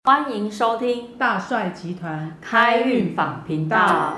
欢迎收听大帅集团开运坊频道。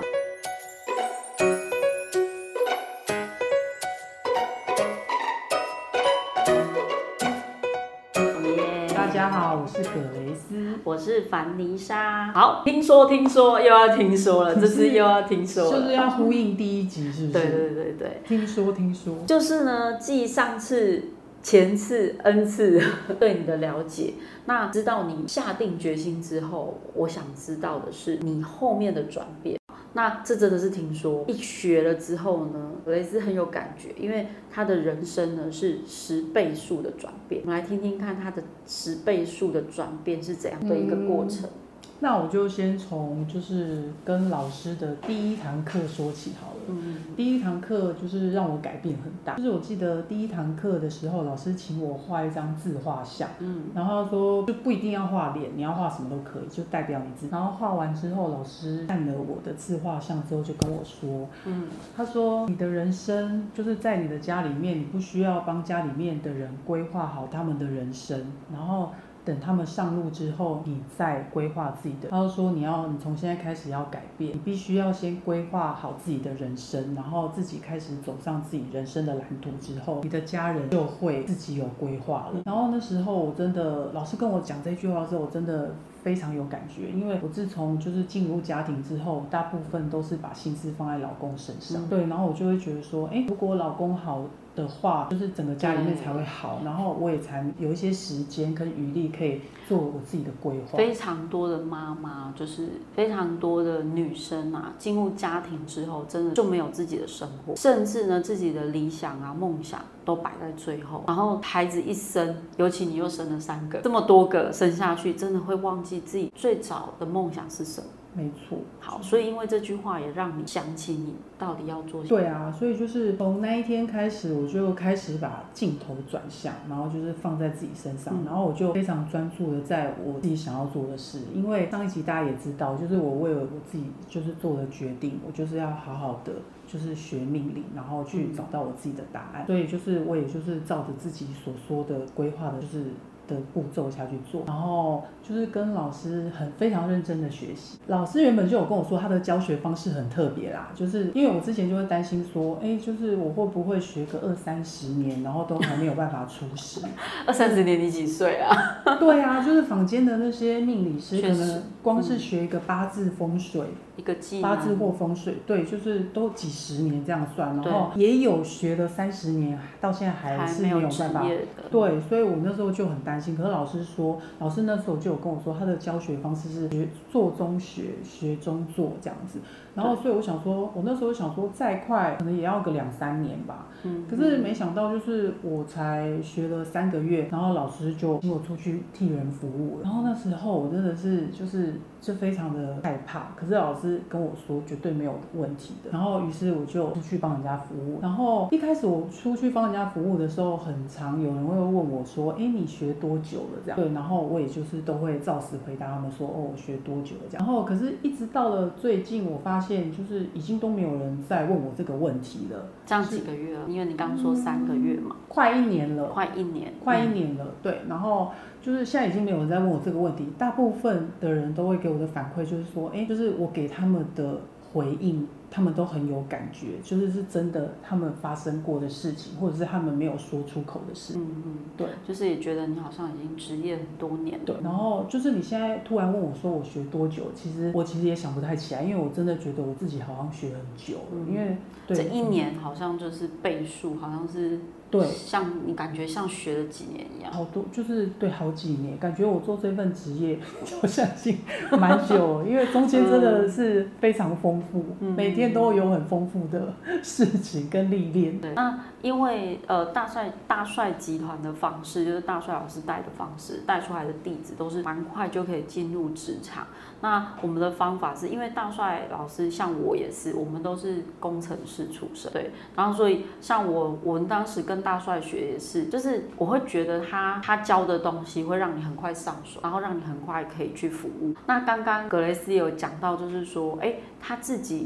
大家好，我是葛蕾丝， 我是凡妮莎。好，听说又要听说了，这次又要听说了， 就是要呼应第一集，是不是？ 对。 听说， 就是呢，继上次、前次、N 次对你的了解，那知道你下定决心之后，我想知道的是你后面的转变。那这真的是听说，一学了之后呢，葛蕾丝很有感觉，因为他的人生呢是10倍数的转变。我们来听听看他的10倍数的转变是怎样的一个过程。 那我就先从就是跟老师的第一堂课说起好了。第一堂课就是让我改变很大，就是我记得第一堂课的时候，老师请我画一张自画像，然后他说就不一定要画脸，你要画什么都可以，就代表你自己。然后画完之后，老师看了我的自画像之后就跟我说，他说你的人生就是在你的家里面，你不需要帮家里面的人规划好他们的人生，然后等他们上路之后，你再规划自己的。他就说你从现在开始要改变，你必须要先规划好自己的人生，然后自己开始走上自己人生的蓝图之后，你的家人就会自己有规划了。然后那时候我真的，老师跟我讲这句话之后，我真的非常有感觉，因为我自从就是进入家庭之后，大部分都是把心思放在老公身上，对，然后我就会觉得说，如果我老公好的话，就是整个家里面才会好，然后我也才有一些时间跟余力可以做我自己的规划。 非常多的妈妈，就是非常多的女生啊，进入家庭之后，真的就没有自己的生活，甚至呢自己的理想啊、梦想都摆在最后。然后孩子一生，尤其你又生了3个，这么多个生下去，真的会忘记自己最早的梦想是什么。 没错， 好，所以因为这句话也让你想起你到底要做什么。 对啊，所以就是从那一天开始，我就开始把镜头转向，然后就是放在自己身上，然后我就非常专注的在我自己想要做的事。因为上一集大家也知道，就是我为了我自己就是做的决定，我就是要好好的就是学命理，然后去找到我自己的答案。所以就是我也就是照着自己所说的规划的，就是的步骤下去做，然后就是跟老师非常认真的学习。老师原本就有跟我说他的教学方式很特别啦，就是因为我之前就会担心说，就是我会不会学个20-30年，然后都还没有办法出师。 20-30年你几岁啊？ 对啊，就是坊间的那些命理师，可能光是学一个八字风水。 一个技能， 八字或风水，对，就是都几十年这样算，然后也有学了30年，到现在还是没有办法。对，所以我那时候就很担心。可是老师那时候就有跟我说，他的教学方式是做中学，学中做这样子。然后所以我想说，我那时候想说，再快可能也要个2-3年吧。可是没想到，就是我才学了3个月，然后老师就请我出去替人服务了。然后那时候我真的是就非常的害怕，可是老师跟我说绝对没有问题的。然后于是我就出去帮人家服务。然后一开始我出去帮人家服务的时候，很常有人会问我说，你学多久了这样？对，然后我也就是都会照实回答他们说，我学多久了这样。然后可是一直到了最近，我发现就是已经都没有人再问我这个问题了。 这样几个月了？因为你刚刚说3个月嘛。 快1年了。 快1年。 快1年了，对。然后就是现在已经没有人在问我这个问题，大部分的人都会给我的反馈就是说，就是我给他们的回应，他们都很有感觉，就是真的他们发生过的事情，或者是他们没有说出口的事。对， 就是也觉得你好像已经职业很多年了。 对，然后就是你现在突然问我说我学多久，我其实也想不太起来，因为我真的觉得我自己好像学很久了，因为这1年好像就是倍数，好像是。对，像你感觉像学了几年一样， 好多就是对好几年，感觉我做这份职业，我相信蛮久，因为中间真的是非常丰富，每天都有很丰富的事情跟历练。 对，那因为大帅集团的方式，就是大帅老师带的方式，带出来的弟子都是蛮快就可以进入职场。那我们的方法是因为大帅老师像我也是，我们都是工程师出身，对，然后所以像我们当时跟大帅学也是，就是我会觉得他教的东西会让你很快上手，然后让你很快可以去服务。那刚刚葛蕾丝有讲到，就是说，他自己人生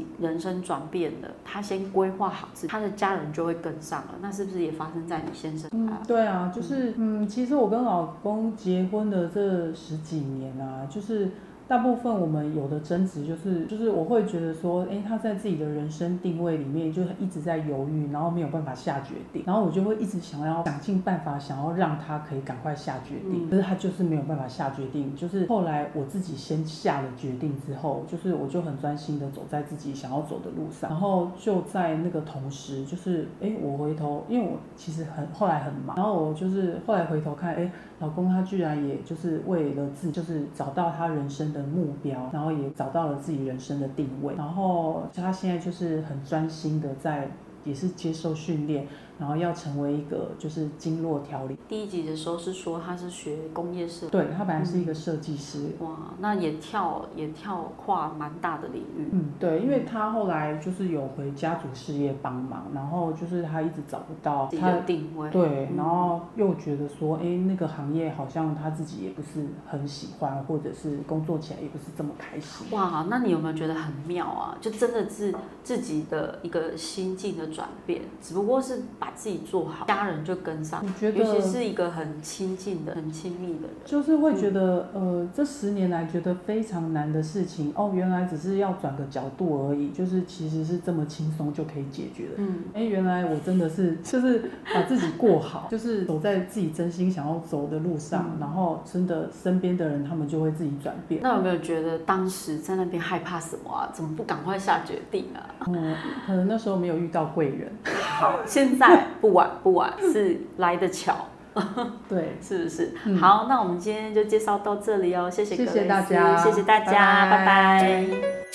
生转变了，他先规划好自己，他的家人就会跟上了。那是不是也发生在你先生？ 对啊，就是其实我跟老公结婚的这10几年啊，就是大部分我们有的争执就是我会觉得说，他在自己的人生定位里面就一直在犹豫，然后没有办法下决定，然后我就会一直想尽办法想要让他可以赶快下决定，可是他就是没有办法下决定。就是后来我自己先下了决定之后，就是我就很专心的走在自己想要走的路上，然后就在那个同时，就是我回头，因为我其实后来很忙，然后我就是后来回头看，老公他居然也就是为了自己就是找到他人生的目标，然后也找到了自己人生的定位，然后他现在就是很专心的也是接受训练，然后要成为一个就是经络调理。 第1集的时候是说他是学工业设计， 对，他本来是一个设计师。 哇，那也跳跨蛮大的领域。 对，因为他后来就是有回家族事业帮忙，然后就是他一直找不到自己的定位， 对，然后又觉得说，那个行业好像他自己也不是很喜欢，或者是工作起来也不是这么开心。 哇，那你有没有觉得很妙啊？就真的是自己的一个心境的转变，只不过是把自己做好，家人就跟上。我觉得，尤其是一个很亲近的、很亲密的人， 就是会觉得，这10年来觉得非常难的事情，原来只是要转个角度而已，就是其实是这么轻松就可以解决的。原来我真的是就是把自己过好，就是走在自己真心想要走的路上，然后真的身边的人他们就会自己转变。 那有没有觉得当时在那边害怕什么啊？怎么不赶快下决定啊？ 可能那时候没有遇到贵人。 好，现在不晚，是来得巧。 对， 是不是？好，那我们今天就介绍到这里哦，谢谢大家， 谢谢大家，拜拜。